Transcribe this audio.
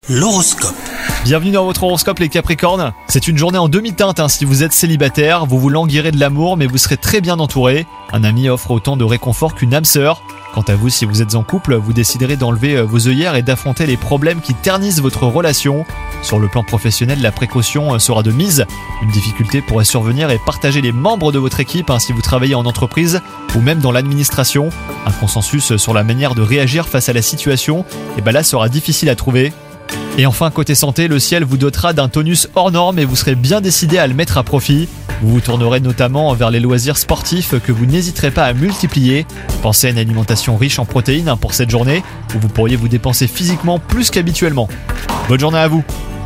L'horoscope. Bienvenue dans votre horoscope les Capricornes. C'est une journée en demi-teinte si vous êtes célibataire, vous vous languirez de l'amour mais vous serez très bien entouré. Un ami offre autant de réconfort qu'une âme sœur. Quant à vous, si vous êtes en couple, vous déciderez d'enlever vos œillères et d'affronter les problèmes qui ternissent votre relation. Sur le plan professionnel, la précaution sera de mise. Une difficulté pourrait survenir et partager les membres de votre équipe si vous travaillez en entreprise ou même dans l'administration. Un consensus sur la manière de réagir face à la situation, là sera difficile à trouver. Et enfin, côté santé, le ciel vous dotera d'un tonus hors norme et vous serez bien décidé à le mettre à profit. Vous vous tournerez notamment vers les loisirs sportifs que vous n'hésiterez pas à multiplier. Pensez à une alimentation riche en protéines pour cette journée où vous pourriez vous dépenser physiquement plus qu'habituellement. Bonne journée à vous!